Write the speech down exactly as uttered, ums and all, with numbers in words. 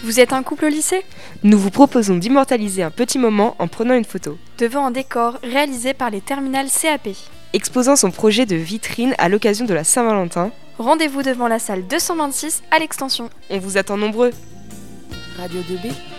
Vous êtes un couple au lycée ? Nous vous proposons d'immortaliser un petit moment en prenant une photo. Devant un décor réalisé par les terminales C A P. Exposant son projet de vitrine à l'occasion de la Saint-Valentin. Rendez-vous devant la salle deux cent vingt-six à l'extension. On vous attend nombreux. Radio deux B